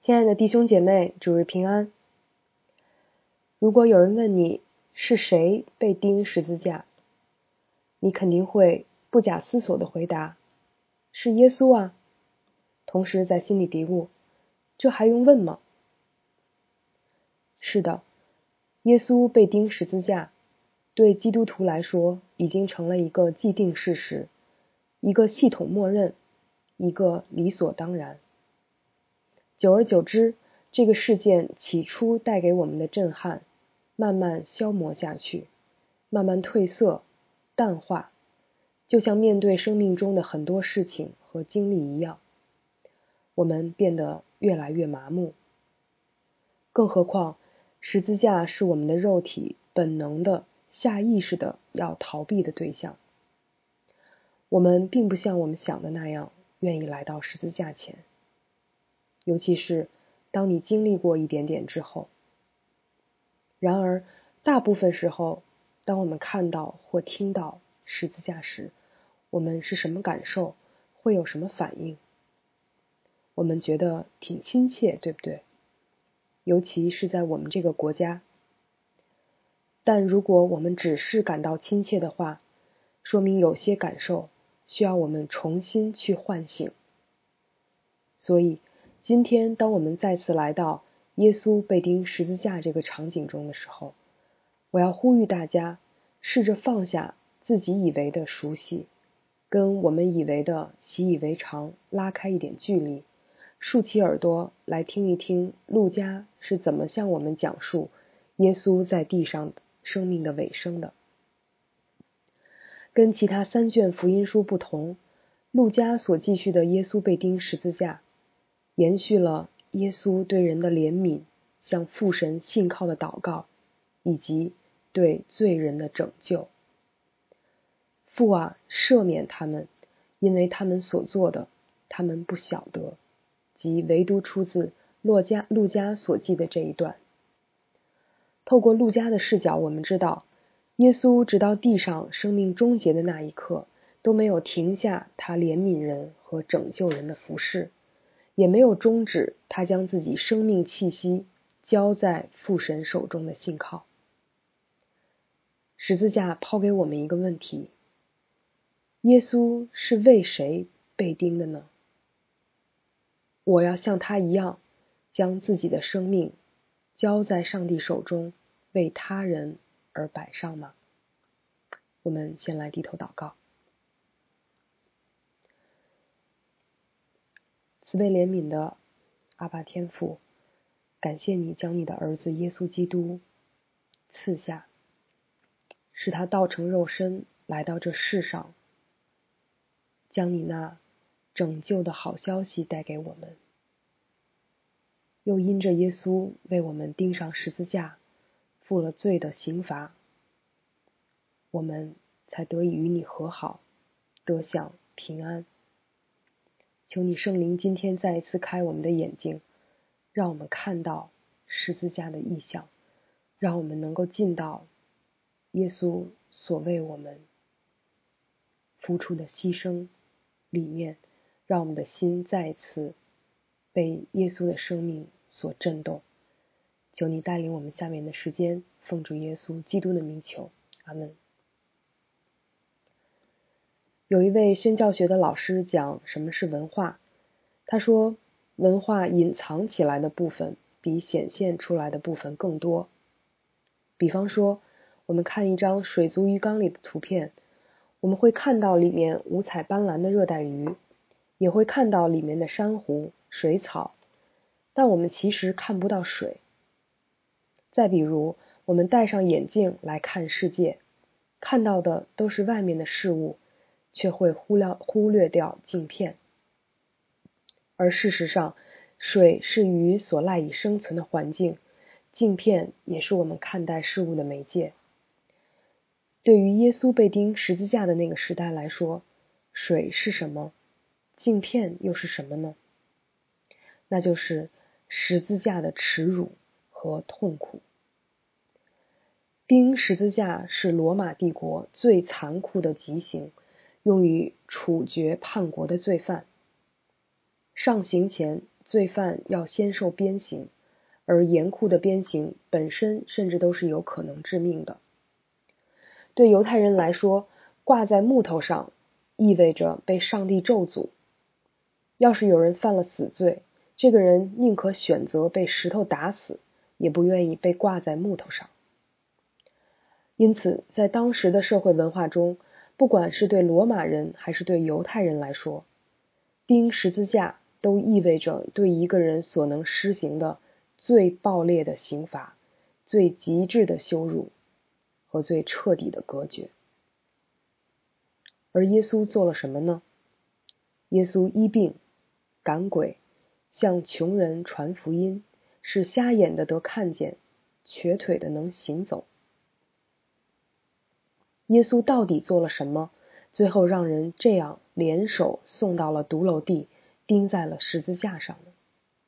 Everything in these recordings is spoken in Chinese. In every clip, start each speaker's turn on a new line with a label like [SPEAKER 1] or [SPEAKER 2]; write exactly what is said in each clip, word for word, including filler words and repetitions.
[SPEAKER 1] 亲爱的弟兄姐妹，主日平安。如果有人问你是谁被钉十字架，你肯定会不假思索地回答，是耶稣啊。同时在心里嘀咕，这还用问吗？是的，耶稣被钉十字架，对基督徒来说已经成了一个既定事实，一个系统默认，一个理所当然。久而久之，这个事件起初带给我们的震撼，慢慢消磨下去，慢慢褪色、淡化，就像面对生命中的很多事情和经历一样，我们变得越来越麻木。更何况，十字架是我们的肉体本能的、下意识的要逃避的对象。我们并不像我们想的那样愿意来到十字架前，尤其是当你经历过一点点之后。然而，大部分时候，当我们看到或听到十字架时，我们是什么感受？会有什么反应？我们觉得挺亲切，对不对？尤其是在我们这个国家。但如果我们只是感到亲切的话，说明有些感受需要我们重新去唤醒。所以，今天当我们再次来到耶稣被钉十字架这个场景中的时候，我要呼吁大家试着放下自己以为的熟悉，跟我们以为的习以为常拉开一点距离，竖起耳朵来听一听路加是怎么向我们讲述耶稣在地上生命的尾声的。跟其他三卷福音书不同，路加所记叙的耶稣被钉十字架，延续了耶稣对人的怜悯、向父神信靠的祷告，以及对罪人的拯救。父啊，赦免他们，因为他们所做的，他们不晓得。即唯独出自路加路加所记的这一段。透过路加的视角，我们知道，耶稣直到地上生命终结的那一刻，都没有停下他怜悯人和拯救人的服事，也没有终止他将自己生命气息交在父神手中的信靠。十字架抛给我们一个问题：耶稣是为谁被钉的呢？我要像他一样，将自己的生命交在上帝手中，为他人而摆上吗？我们先来低头祷告。慈悲怜悯的阿爸天父，感谢你将你的儿子耶稣基督赐下，使他道成肉身来到这世上，将你那拯救的好消息带给我们。又因着耶稣为我们钉上十字架，付了罪的刑罚，我们才得以与你和好，得享平安。求你圣灵今天再一次开我们的眼睛，让我们看到十字架的意象，让我们能够进到耶稣所为我们付出的牺牲里面，让我们的心再一次被耶稣的生命所震动。求你带领我们下面的时间，奉主耶稣基督的名求，阿们。有一位宣教学的老师讲什么是文化，他说，文化隐藏起来的部分比显现出来的部分更多。比方说，我们看一张水族鱼缸里的图片，我们会看到里面五彩斑斓的热带鱼，也会看到里面的珊瑚、水草，但我们其实看不到水。再比如，我们戴上眼镜来看世界，看到的都是外面的事物，却会忽略忽略掉镜片。而事实上，水是鱼所赖以生存的环境，镜片也是我们看待事物的媒介。对于耶稣被钉十字架的那个时代来说，水是什么？镜片又是什么呢？那就是十字架的耻辱和痛苦。钉十字架是罗马帝国最残酷的极刑，用于处决叛国的罪犯。上刑前罪犯要先受鞭刑，而严酷的鞭刑本身甚至都是有可能致命的。对犹太人来说，挂在木头上意味着被上帝咒诅。要是有人犯了死罪，这个人宁可选择被石头打死，也不愿意被挂在木头上。因此，在当时的社会文化中，不管是对罗马人还是对犹太人来说，钉十字架都意味着对一个人所能施行的最暴烈的刑罚、最极致的羞辱和最彻底的隔绝。而耶稣做了什么呢？耶稣医病、赶鬼，向穷人传福音，使瞎眼的得看见，瘸腿的能行走。耶稣到底做了什么？最后让人这样联手送到了独楼地，钉在了十字架上呢？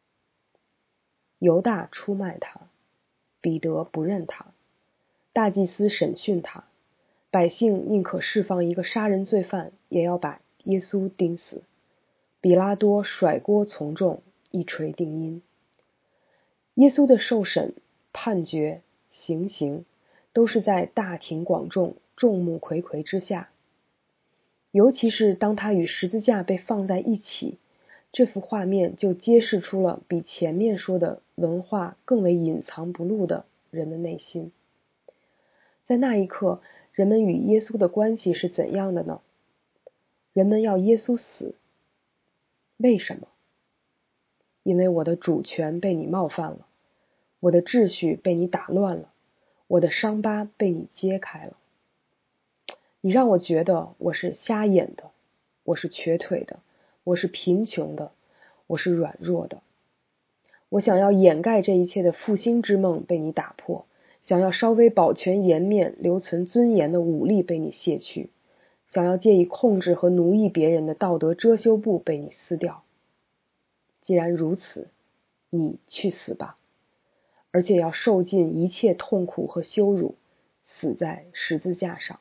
[SPEAKER 1] 犹大出卖他，彼得不认他，大祭司审讯他，百姓宁可释放一个杀人罪犯，也要把耶稣钉死。比拉多甩锅从众，一锤定音。耶稣的受审、判决、行刑，都是在大庭广众、众目睽睽之下。尤其是当他与十字架被放在一起，这幅画面就揭示出了比前面说的文化更为隐藏不露的人的内心。在那一刻，人们与耶稣的关系是怎样的呢？人们要耶稣死。为什么？因为我的主权被你冒犯了，我的秩序被你打乱了，我的伤疤被你揭开了。你让我觉得我是瞎眼的，我是瘸腿的，我是贫穷的，我是软弱的。我想要掩盖这一切的复兴之梦被你打破，想要稍微保全颜面、留存尊严的武力被你卸去，想要借以控制和奴役别人的道德遮羞布被你撕掉。既然如此，你去死吧，而且要受尽一切痛苦和羞辱，死在十字架上。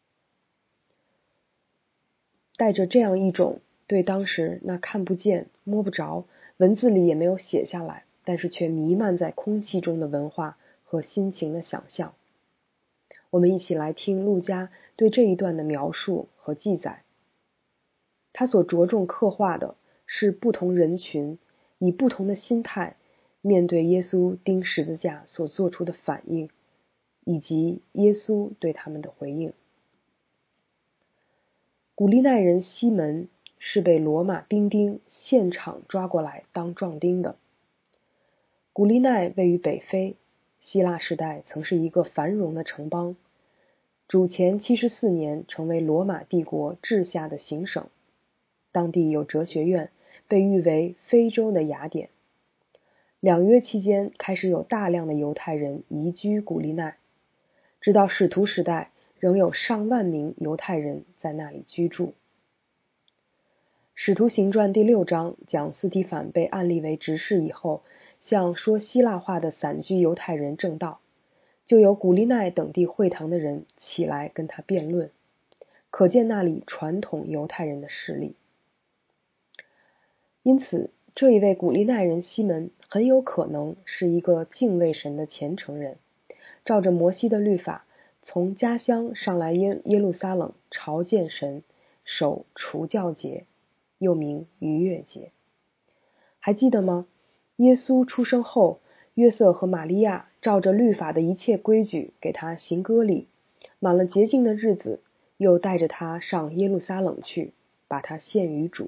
[SPEAKER 1] 带着这样一种对当时那看不见、摸不着、文字里也没有写下来，但是却弥漫在空气中的文化和心情的想象，我们一起来听路加对这一段的描述和记载。他所着重刻画的是不同人群以不同的心态面对耶稣钉十字架所做出的反应，以及耶稣对他们的回应。古利奈人西门是被罗马兵丁现场抓过来当壮丁的。古利奈位于北非，希腊时代曾是一个繁荣的城邦，主前七十四年成为罗马帝国治下的行省，当地有哲学院，被誉为非洲的雅典。两约期间开始有大量的犹太人移居古利奈，直到使徒时代仍有上万名犹太人在那里居住。使徒行传第六章讲斯提反被按立为执事以后，向说希腊话的散居犹太人证道，就有古利奈等地会堂的人起来跟他辩论，可见那里传统犹太人的势力。因此，这一位古利奈人西门很有可能是一个敬畏神的虔诚人，照着摩西的律法，从家乡上来耶耶路撒冷朝见神，守除酵节，又名逾越节。还记得吗？耶稣出生后，约瑟和玛利亚照着律法的一切规矩给他行割礼，满了洁净的日子，又带着他上耶路撒冷去，把他献于主。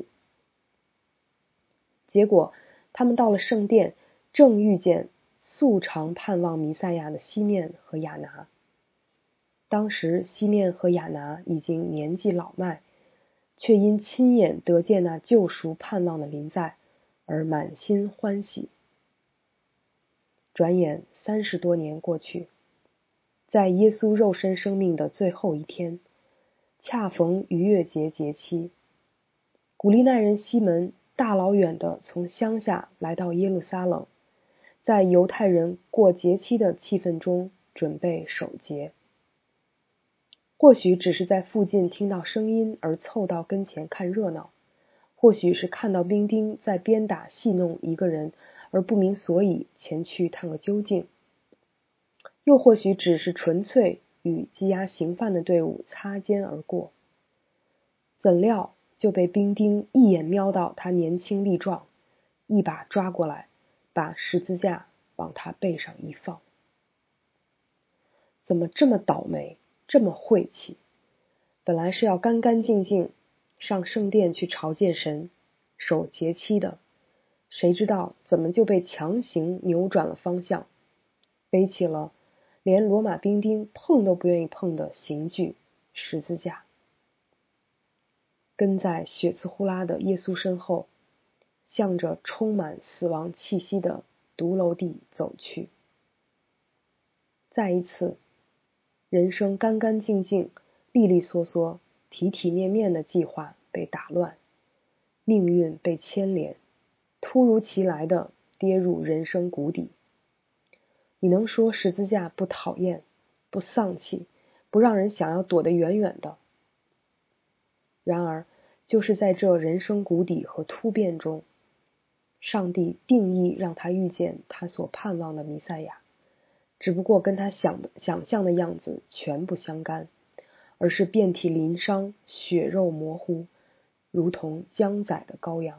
[SPEAKER 1] 结果他们到了圣殿，正遇见素常盼望弥赛亚的西面和亚拿。当时西面和亚拿已经年纪老迈，却因亲眼得见那救赎盼望的临在，而满心欢喜。转眼三十多年过去，在耶稣肉身生命的最后一天，恰逢逾越节节期，古利奈人西门大老远的从乡下来到耶路撒冷，在犹太人过节期的气氛中准备守节。或许只是在附近听到声音而凑到跟前看热闹， 或许是看到兵丁在鞭打戏弄一个人而不明所以前去探个究竟，又或许只是纯粹与羁押刑犯的队伍擦肩而过，怎料就被兵丁一眼瞄到他年轻力壮，一把抓过来，把十字架往他背上一放。怎么这么倒霉，这么晦气？本来是要干干净净上圣殿去朝见神，守节期的，谁知道怎么就被强行扭转了方向，背起了连罗马兵丁碰都不愿意碰的刑具十字架，跟在血刺呼啦的耶稣身后，向着充满死亡气息的独楼地走去。再一次，人生干干净净、利利索索、体体面面的计划被打乱，命运被牵连，突如其来的跌入人生谷底。你能说十字架不讨厌、不丧气、不让人想要躲得远远的？然而，就是在这人生谷底和突变中，上帝定义让他遇见他所盼望的弥赛亚，只不过跟他想的想象的样子全不相干，而是遍体鳞伤、血肉模糊，如同将宰的羔羊。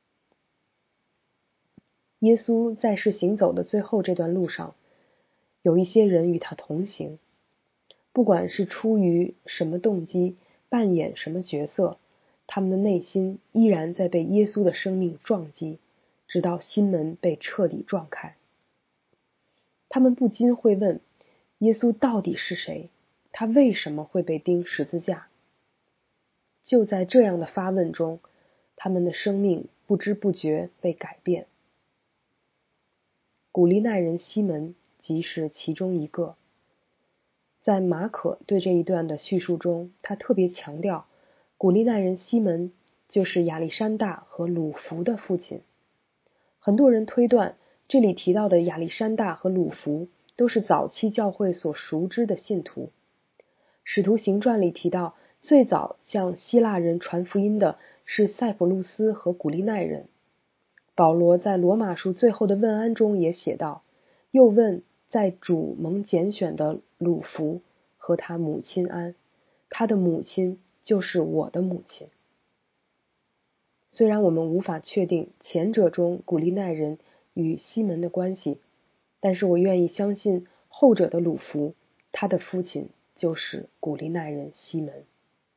[SPEAKER 1] 耶稣在世行走的最后这段路上，有一些人与他同行，不管是出于什么动机，扮演什么角色，他们的内心依然在被耶稣的生命撞击，直到心门被彻底撞开。他们不禁会问，耶稣到底是谁？他为什么会被钉十字架？就在这样的发问中，他们的生命不知不觉被改变。古利奈人西门即是其中一个。在马可对这一段的叙述中，他特别强调，古利奈人西门就是亚历山大和鲁孚的父亲。很多人推断，这里提到的亚历山大和鲁孚都是早期教会所熟知的信徒。使徒行传里提到，最早向希腊人传福音的是塞浦路斯和古利奈人。保罗在罗马书最后的问安中也写道，又问在主蒙拣选的鲁孚和他母亲安，他的母亲就是我的母亲。虽然我们无法确定前者中古利奈人与西门的关系，但是我愿意相信后者的鲁孚，他的父亲就是古利奈人西门。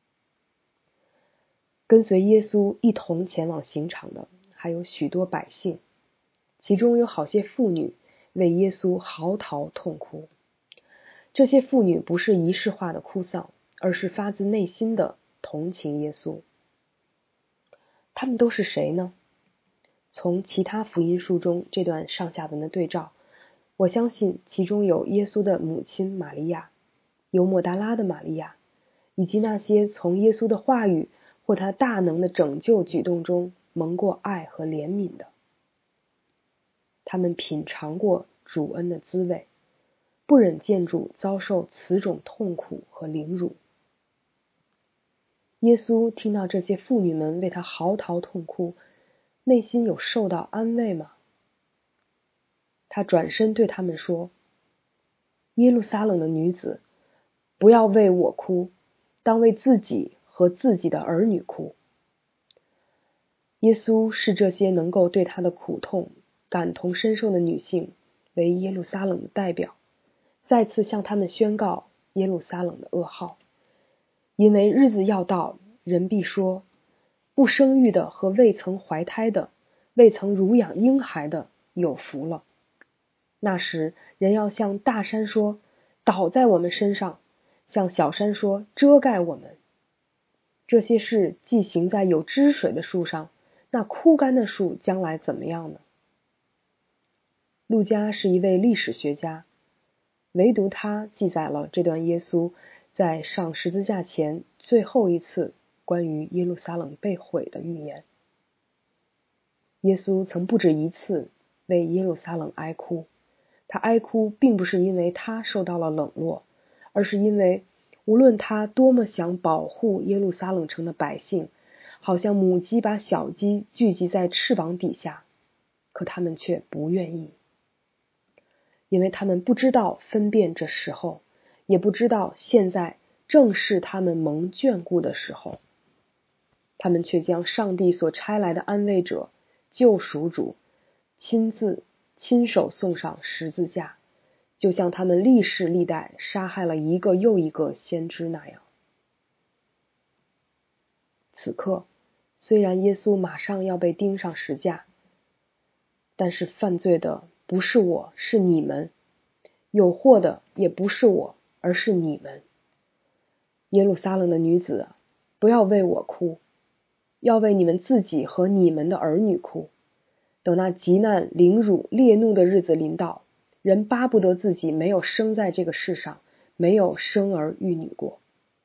[SPEAKER 1] 跟随耶稣一同前往刑场的还有许多百姓，其中有好些妇女为耶稣嚎啕痛哭。这些妇女不是仪式化的哭丧，而是发自内心的同情耶稣。他们都是谁呢？从其他福音书中这段上下文的对照，我相信其中有耶稣的母亲玛利亚，有抹大拉的玛利亚，以及那些从耶稣的话语或他大能的拯救举动中蒙过爱和怜悯的。他们品尝过主恩的滋味，不忍见主遭受此种痛苦和凌辱。耶稣听到这些妇女们为他嚎啕痛哭，内心有受到安慰吗？他转身对他们说，耶路撒冷的女子，不要为我哭，当为自己和自己的儿女哭。耶稣视这些能够对他的苦痛感同身受的女性为耶路撒冷的代表，再次向他们宣告耶路撒冷的噩耗。因为日子要到，人必说，不生育的和未曾怀胎的，未曾乳养婴孩的有福了。那时人要向大山说，倒在我们身上，向小山说，遮盖我们。这些事既行在有汁水的树上，那枯干的树将来怎么样呢？路加是一位历史学家，唯独他记载了这段耶稣在上十字架前最后一次关于耶路撒冷被毁的预言。耶稣曾不止一次为耶路撒冷哀哭，他哀哭并不是因为他受到了冷落，而是因为无论他多么想保护耶路撒冷城的百姓， 好像母鸡把小鸡聚集在翅膀底下，可他们却不愿意，因为他们不知道分辨这时候，也不知道现在正是他们蒙眷顾的时候。他们却将上帝所差来的安慰者、救赎主亲自亲手送上十字架，就像他们历世历代杀害了一个又一个先知那样。此刻，虽然耶稣马上要被钉上十架，但是犯罪的不是我，是你们；有祸的也不是我，而是你们。耶路撒冷的女子啊，不要为我哭，要为你们自己和你们的儿女哭。等那极难、凌辱、烈怒的日子临到，人巴不得自己没有生在这个世上，没有生儿育女过。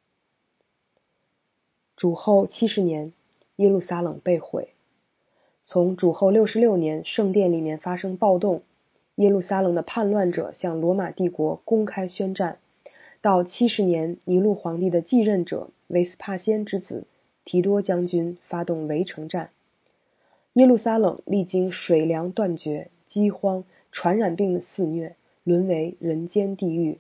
[SPEAKER 1] 主后七十年，耶路撒冷被毁。从主后六十六年，圣殿里面发生暴动，耶路撒冷的叛乱者向罗马帝国公开宣战。到七十年，尼禄皇帝的继任者维斯帕先之子提多将军发动围城战。耶路撒冷历经水粮断绝、饥荒、传染病的肆虐，沦为人间地狱。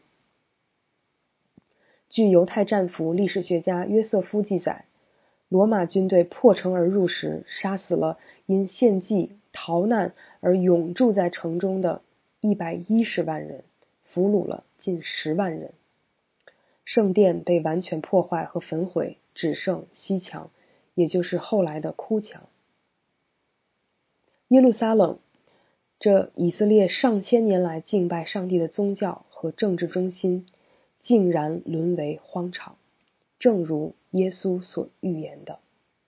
[SPEAKER 1] 据犹太战俘历史学家约瑟夫记载，罗马军队破城而入时，杀死了因献祭、逃难而永住在城中的一百一十万人，俘虏了近十万人。圣殿被完全破坏和焚毁，只剩西墙，也就是后来的哭墙。耶路撒冷，这以色列上千年来敬拜上帝的宗教和政治中心，竟然沦为荒场，正如耶稣所预言的。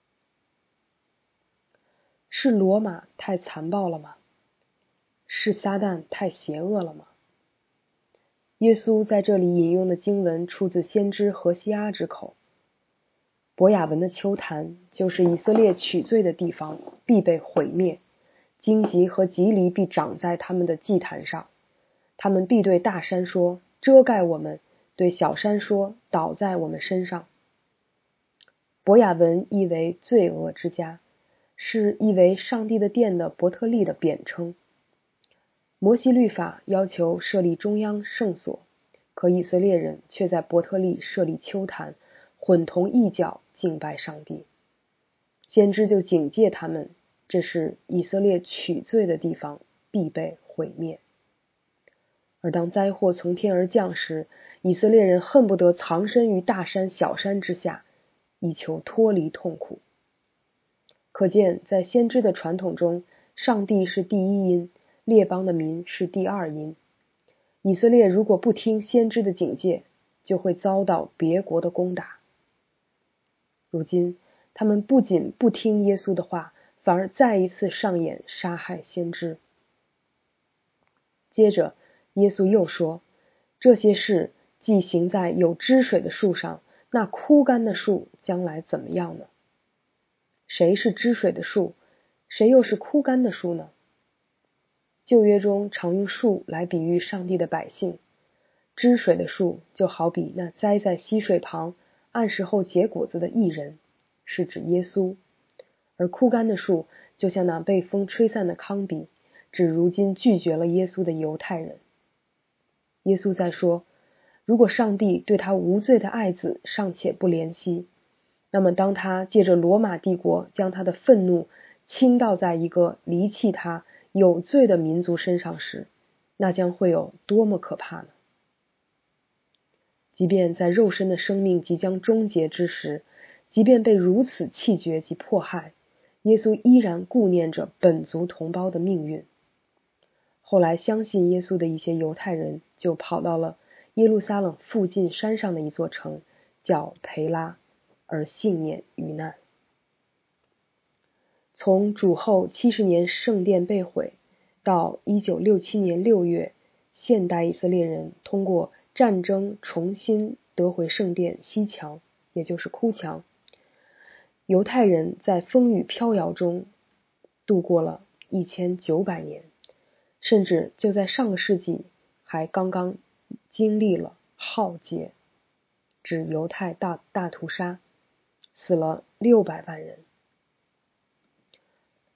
[SPEAKER 1] 是罗马太残暴了吗？是撒旦太邪恶了吗？耶稣在这里引用的经文出自先知何西阿之口。伯雅文的丘坛就是以色列取罪的地方，必被毁灭，荆棘和棘藜必长在他们的祭坛上，他们必对大山说，遮盖我们，对小山说，倒在我们身上。伯雅文意为罪恶之家，是意为上帝的殿的伯特利的贬称。摩西律法要求设立中央圣所，可以色列人却在伯特利设立丘坛，混同异教敬拜上帝。先知就警戒他们，这是以色列取罪的地方，必被毁灭。而当灾祸从天而降时，以色列人恨不得藏身于大山小山之下，以求脱离痛苦。可见在先知的传统中，上帝是第一因，列邦的民是第二因。以色列如果不听先知的警戒，就会遭到别国的攻打。如今他们不仅不听耶稣的话，反而再一次上演杀害先知。接着耶稣又说，这些事既行在有汁水的树上，那枯干的树将来怎么样呢？谁是汁水的树，谁又是枯干的树呢？旧约中常用树来比喻上帝的百姓，汁水的树就好比那栽在溪水旁按时后结果子的义人，是指耶稣；而枯干的树就像那被风吹散的糠秕，指如今拒绝了耶稣的犹太人。耶稣在说，如果上帝对他无罪的爱子尚且不怜惜，那么当他借着罗马帝国将他的愤怒倾倒在一个离弃他有罪的民族身上时，那将会有多么可怕呢？即便在肉身的生命即将终结之时，即便被如此弃绝及迫害，耶稣依然顾念着本族同胞的命运。后来相信耶稣的一些犹太人就跑到了耶路撒冷附近山上的一座城，叫培拉，而幸免于难。从主后七十年圣殿被毁到一九六七年六月，现代以色列人通过战争重新得回圣殿西墙，也就是哭墙。犹太人在风雨飘摇中度过了一千九百年，甚至就在上个世纪还刚刚经历了浩劫，指犹太大大屠杀，死了六百万人。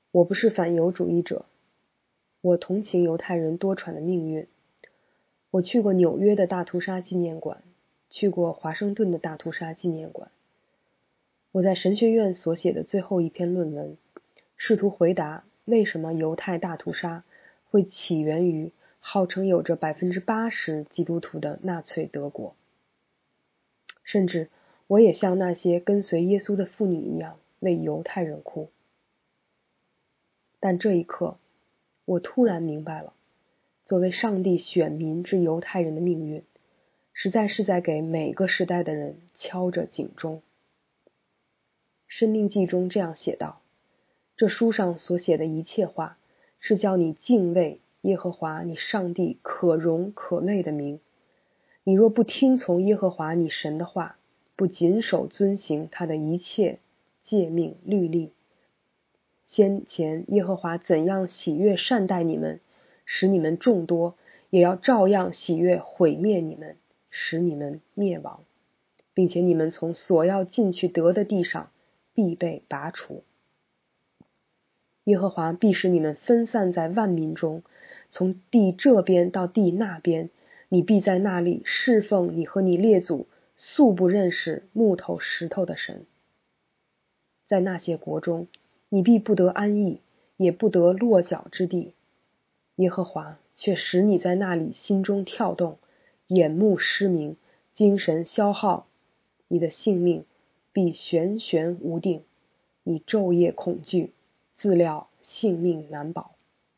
[SPEAKER 1] 我不是反犹主义者，我同情犹太人多舛的命运。我去过纽约的大屠杀纪念馆，去过华盛顿的大屠杀纪念馆。我在神学院所写的最后一篇论文，试图回答为什么犹太大屠杀会起源于号称有着 百分之八十 基督徒的纳粹德国。甚至我也像那些跟随耶稣的妇女一样为犹太人哭。但这一刻，我突然明白了，作为上帝选民之犹太人的命运，实在是在给每个时代的人敲着警钟。申命记中这样写道，这书上所写的一切话，是叫你敬畏耶和华你上帝可荣可畏的名。你若不听从耶和华你神的话，不谨守遵行他的一切诫命律例，先前耶和华怎样喜悦善待你们，使你们众多，也要照样喜悦毁灭你们，使你们灭亡，并且你们从所要进去得的地上必被拔除。耶和华必使你们分散在万民中，从地这边到地那边，你必在那里侍奉你和你列祖素不认识木头石头的神。在那些国中，你必不得安逸，也不得落脚之地。耶和华却使你在那里心中跳动，眼目失明，精神消耗，你的性命必悬悬无定，你昼夜恐惧，自料性命难保。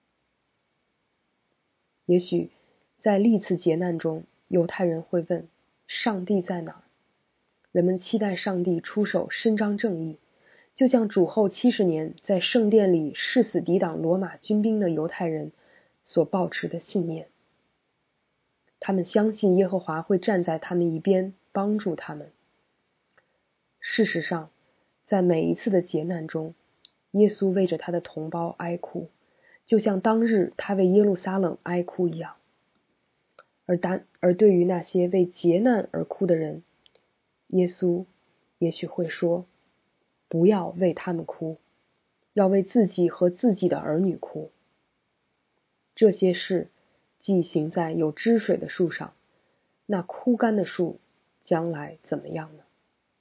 [SPEAKER 1] 也许在历次劫难中，犹太人会问，上帝在哪儿？人们期待上帝出手伸张正义，就像主后七十年在圣殿里誓死抵挡罗马军兵的犹太人所抱持的信念。他们相信耶和华会站在他们一边，帮助他们。事实上，在每一次的劫难中，耶稣为着他的同胞哀哭，就像当日他为耶路撒冷哀哭一样。而单而对于那些为劫难而哭的人，耶稣也许会说，不要为他们哭，要为自己和自己的儿女哭。这些事既行在有汁水的树上，那枯干的树将来怎么样呢？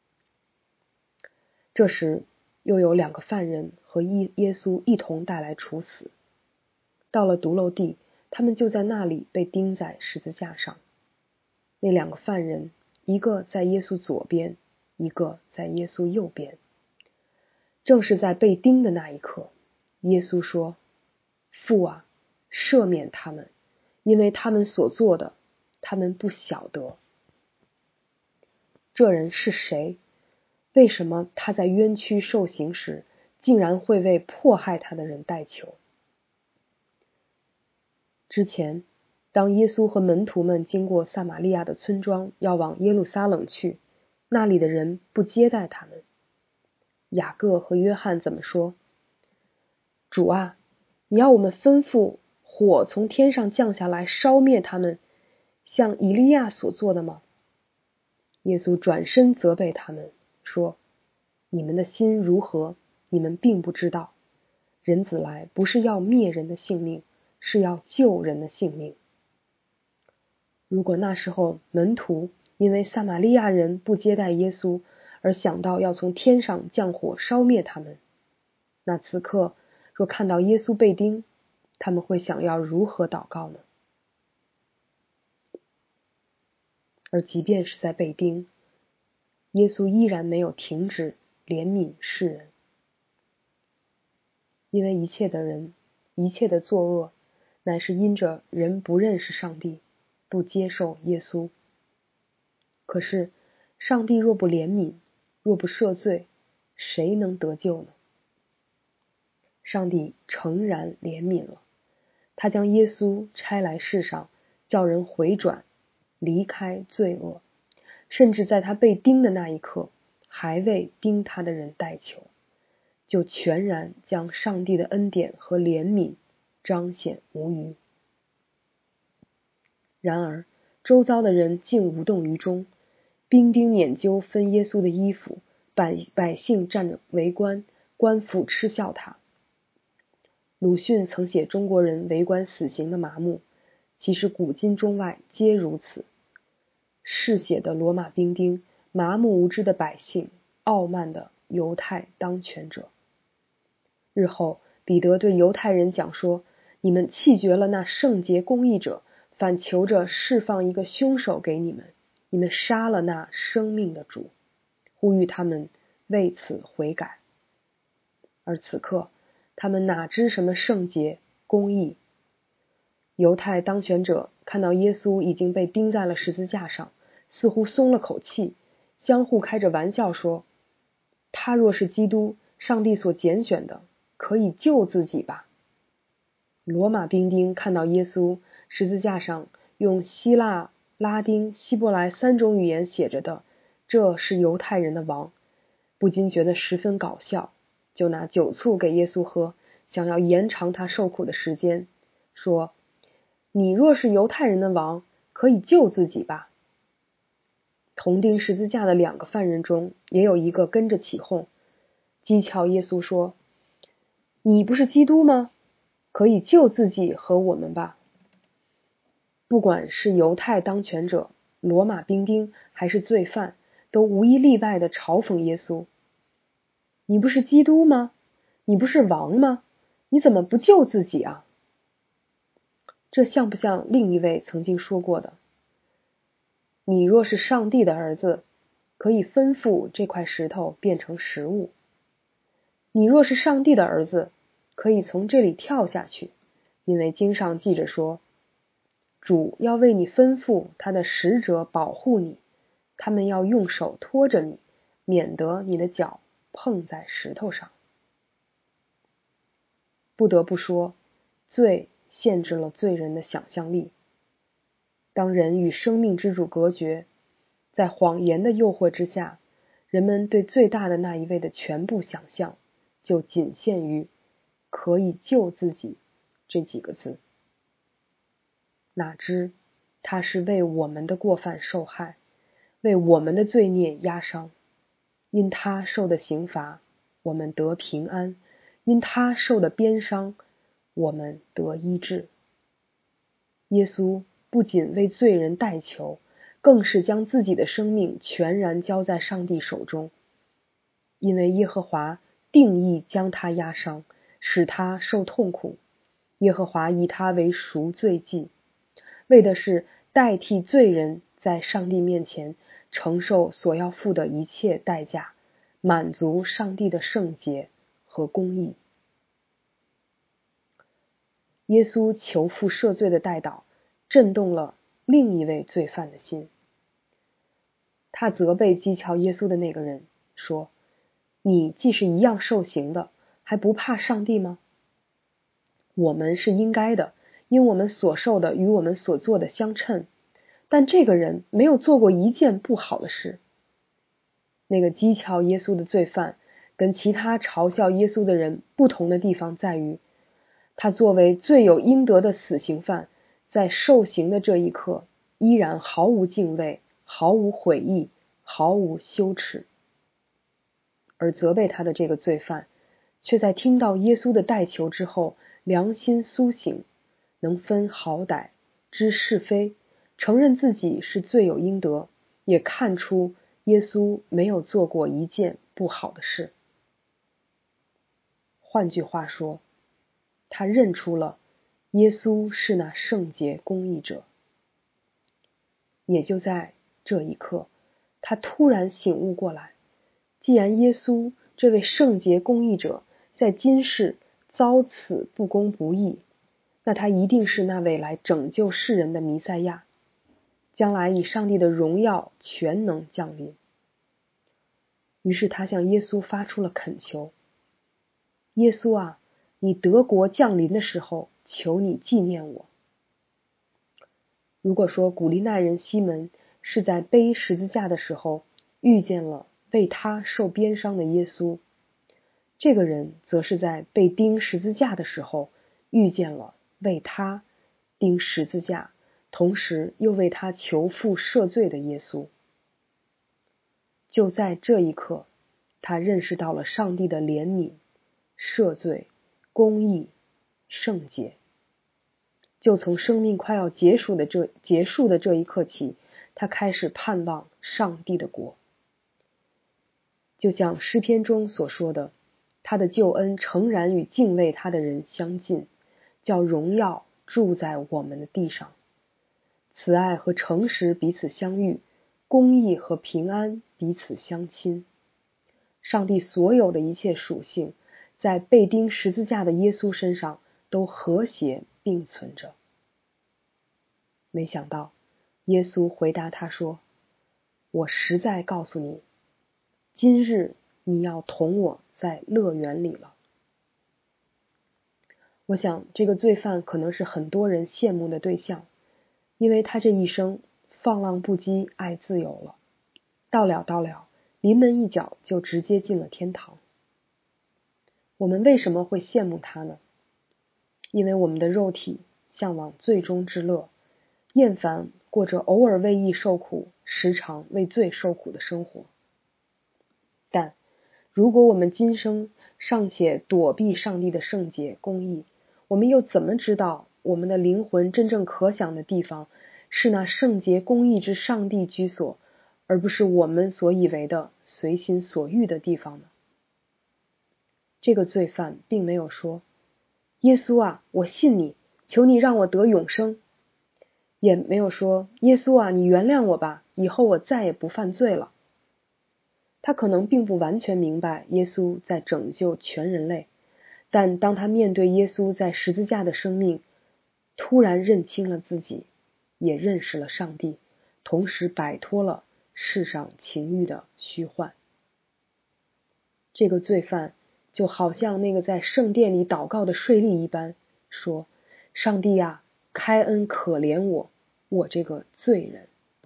[SPEAKER 1] 这时又有两个犯人和耶稣一同带来处死。到了独楼地，他们就在那里被钉在十字架上。那两个犯人，一个在耶稣左边，一个在耶稣右边。正是在被钉的那一刻，耶稣说，父啊，赦免他们，因为他们所做的，他们不晓得。这人是谁？为什么他在冤屈受刑时，竟然会为迫害他的人代求？之前，当耶稣和门徒们经过撒玛利亚的村庄，要往耶路撒冷去，那里的人不接待他们。雅各和约翰怎么说？主啊，你要我们吩咐火从天上降下来烧灭他们，像以利亚所做的吗？耶稣转身责备他们，说，你们的心如何，你们并不知道。人子来不是要灭人的性命，是要救人的性命。如果那时候门徒因为撒玛利亚人不接待耶稣，而想到要从天上降火烧灭他们，那此刻若看到耶稣被钉，他们会想要如何祷告呢？而即便是在被钉，耶稣依然没有停止怜悯世人，因为一切的人，一切的作恶，乃是因着人不认识上帝，不接受耶稣。可是上帝若不怜悯，若不赦罪，谁能得救呢？上帝诚然怜悯了，他将耶稣差来世上，叫人回转，离开罪恶，甚至在他被钉的那一刻，还为钉他的人代求，就全然将上帝的恩典和怜悯彰显无余。然而周遭的人竟无动于衷，兵丁撵揪分耶稣的衣服，百百姓站着围观，官府嗤笑他。 鲁迅曾写中国人围观死刑的麻木，其实古今中外皆如此。嗜血的罗马兵丁，麻木无知的百姓，傲慢的犹太当权者。日后彼得对犹太人讲说，你们弃绝了那圣洁公义者，反求着释放一个凶手给你们，你们杀了那生命的主，呼吁他们为此悔改。而此刻他们哪知什么圣洁公义？犹太当权者看到耶稣已经被钉在了十字架上，似乎松了口气，相互开着玩笑说，他若是基督，上帝所拣选的，可以救自己吧。罗马兵丁看到耶稣十字架上用希腊、拉丁、希伯来三种语言写着的，这是犹太人的王，不禁觉得十分搞笑，就拿酒醋给耶稣喝，想要延长他受苦的时间，说，你若是犹太人的王，可以救自己吧。同钉十字架的两个犯人中，也有一个跟着起哄，讥诮耶稣说，你不是基督吗？可以救自己和我们吧。不管是犹太当权者、罗马兵丁还是罪犯，都无一例外地嘲讽耶稣，你不是基督吗？你不是王吗？你怎么不救自己啊？这像不像另一位曾经说过的，你若是上帝的儿子，可以吩咐这块石头变成食物。你若是上帝的儿子，可以从这里跳下去，因为经上记着说，主要为你吩咐他的使者保护你，他们要用手托着你，免得你的脚碰在石头上。不得不说，罪限制了罪人的想象力。当人与生命之主隔绝，在谎言的诱惑之下，人们对最大的那一位的全部想象就仅限于可以救自己这几个字。哪知他是为我们的过犯受害，为我们的罪孽压伤，因他受的刑罚，我们得平安，因他受的鞭伤，我们得医治。耶稣不仅为罪人代求，更是将自己的生命全然交在上帝手中，因为耶和华定义将他压伤，使他受痛苦。耶和华以他为赎罪祭，为的是代替罪人在上帝面前承受所要付的一切代价，满足上帝的圣洁和公义。耶稣求父赦罪的代祷，震动了另一位罪犯的心。他责备讥诮耶稣的那个人，说，你既是一样受刑的，还不怕上帝吗？我们是应该的，因我们所受的与我们所做的相称，但这个人没有做过一件不好的事。那个讥诮耶稣的罪犯跟其他嘲笑耶稣的人不同的地方在于，他作为罪有应得的死刑犯，在受刑的这一刻依然毫无敬畏，毫无悔意，毫无羞耻。而责备他的这个罪犯却在听到耶稣的代求之后良心苏醒，能分好歹，知是非，承认自己是罪有应得，也看出耶稣没有做过一件不好的事。换句话说，他认出了耶稣是那圣洁公义者。也就在这一刻，他突然醒悟过来，既然耶稣这位圣洁公义者在今世遭此不公不义，那他一定是那位来拯救世人的弥赛亚，将来以上帝的荣耀全能降临。于是他向耶稣发出了恳求，耶稣啊，你得国降临的时候，求你纪念我。如果说古利奈人西门是在背十字架的时候遇见了为他受鞭伤的耶稣，这个人则是在被钉十字架的时候遇见了为他钉十字架，同时又为他求父赦罪的耶稣。就在这一刻，他认识到了上帝的怜悯、赦罪、公义、 圣洁。就从生命快要结束的这结束的这一刻起，他开始盼望上帝的国。就像诗篇中所说的，他的救恩诚然与敬畏他的人相近，叫荣耀住在我们的地上。慈爱和诚实彼此相遇，公义和平安彼此相亲。上帝所有的一切属性，在被钉十字架的耶稣身上都和谐并存着。没想到，耶稣回答他说：“我实在告诉你，今日你要同我在乐园里了。”我想，这个罪犯可能是很多人羡慕的对象，因为他这一生放浪不羁，爱自由了，到了到了，临门一脚就直接进了天堂。我们为什么会羡慕他呢？因为我们的肉体向往最终之乐，厌烦过着偶尔为义受苦，时常为罪受苦的生活。但如果我们今生尚且躲避上帝的圣洁公义，我们又怎么知道我们的灵魂真正可想的地方是那圣洁公义之上帝居所，而不是我们所以为的随心所欲的地方呢？这个罪犯并没有说：“耶稣啊，我信你，求你让我得永生。”也没有说：“耶稣啊，你原谅我吧，以后我再也不犯罪了。”他可能并不完全明白耶稣在拯救全人类，但当他面对耶稣在十字架的生命，突然认清了自己，也认识了上帝，同时摆脱了世上情欲的虚幻。这个罪犯就好像那个在圣殿里祷告的税吏一般，说：“上帝啊，开恩可怜我，我这个罪人。”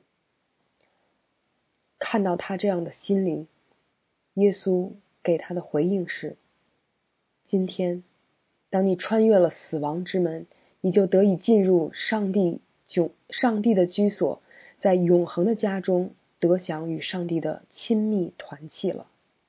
[SPEAKER 1] 看到他这样的心灵，耶稣给他的回应是：今天当你穿越了死亡之门，你就得以进入上帝上帝的居所，在永恒的家中得享与上帝的亲密团契了。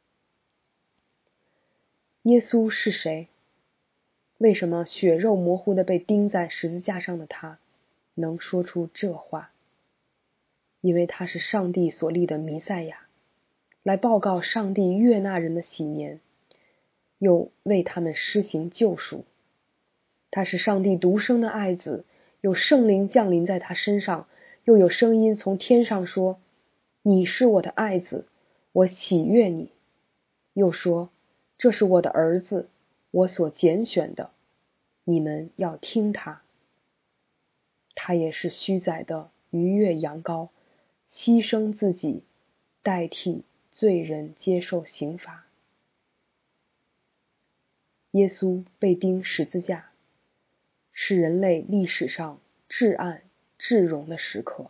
[SPEAKER 1] 耶稣是谁？为什么血肉模糊的被钉在十字架上的他能说出这话？因为他是上帝所立的弥赛亚，来报告上帝悦纳人的喜年，又为他们施行救赎。他是上帝独生的爱子，有圣灵降临在他身上，又有声音从天上说：“你是我的爱子，我喜悦你。”又说：“这是我的儿子，我所拣选的，你们要听他。”他也是虚宰的逾越羊羔，牺牲自己，代替罪人接受刑罚。耶稣被钉十字架，是人类历史上至暗至荣的时刻。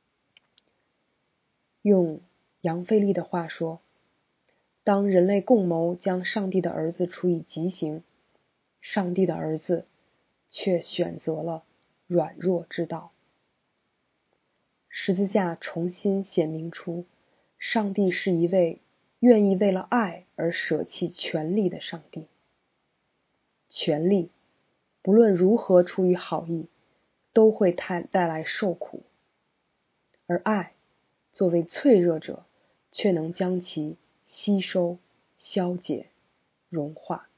[SPEAKER 1] 用杨腓力的话说，当人类共谋将上帝的儿子处以极刑，上帝的儿子却选择了软弱之道。十字架重新显明出，上帝是一位愿意为了爱而舍弃权力的上帝。权力不论如何出于好意，都会带带来受苦，而爱作为脆弱者，却能将其吸收、消解、融化。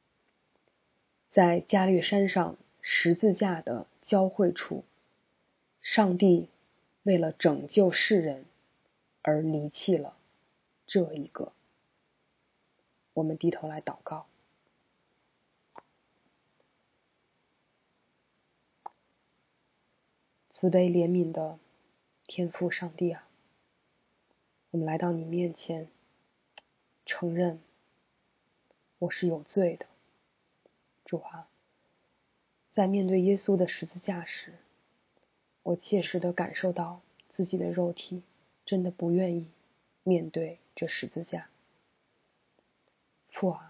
[SPEAKER 1] 在加略山上十字架的交汇处，上帝为了拯救世人而离弃了这一个。我们低头来祷告。慈悲怜悯的天父上帝啊，我们来到你面前，承认我是有罪的。主啊，在面对耶稣的十字架时，我切实地感受到自己的肉体真的不愿意面对这十字架。父啊，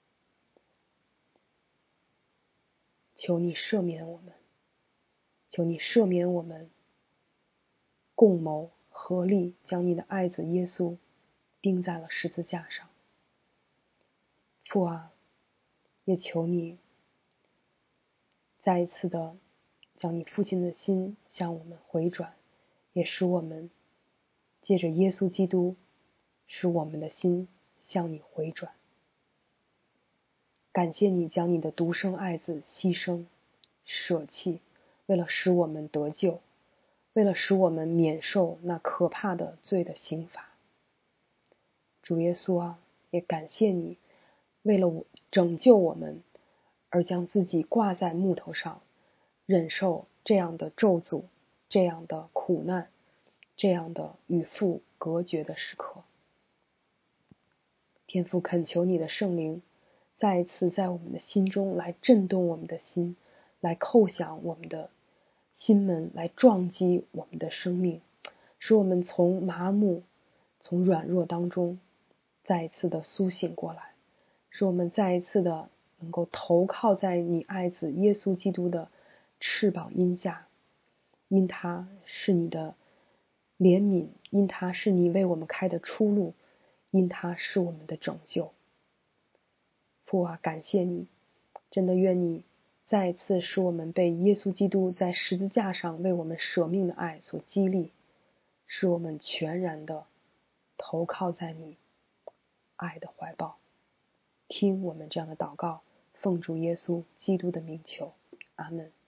[SPEAKER 1] 求你赦免我们，求你赦免我们共谋合力将你的爱子耶稣钉在了十字架上。父啊，也求你再一次的将你父亲的心向我们回转，也使我们借着耶稣基督，使我们的心向你回转。感谢你将你的独生爱子牺牲舍弃，为了使我们得救，为了使我们免受那可怕的罪的刑罚。主耶稣啊，也感谢你为了我拯救我们而将自己挂在木头上，忍受这样的咒诅，这样的苦难，这样的与父隔绝的时刻。天父，恳求你的圣灵再一次在我们的心中来震动我们的心，来叩响我们的心门，来撞击我们的生命，使我们从麻木从软弱当中再一次的苏醒过来，使我们再一次的能够投靠在你爱子耶稣基督的翅膀荫下，因他是你的怜悯，因他是你为我们开的出路，因他是我们的拯救。父啊，感谢你，真的愿你再一次使我们被耶稣基督在十字架上为我们舍命的爱所激励，使我们全然的投靠在你爱的怀抱。听我们这样的祷告，奉主耶稣基督的名求，阿们。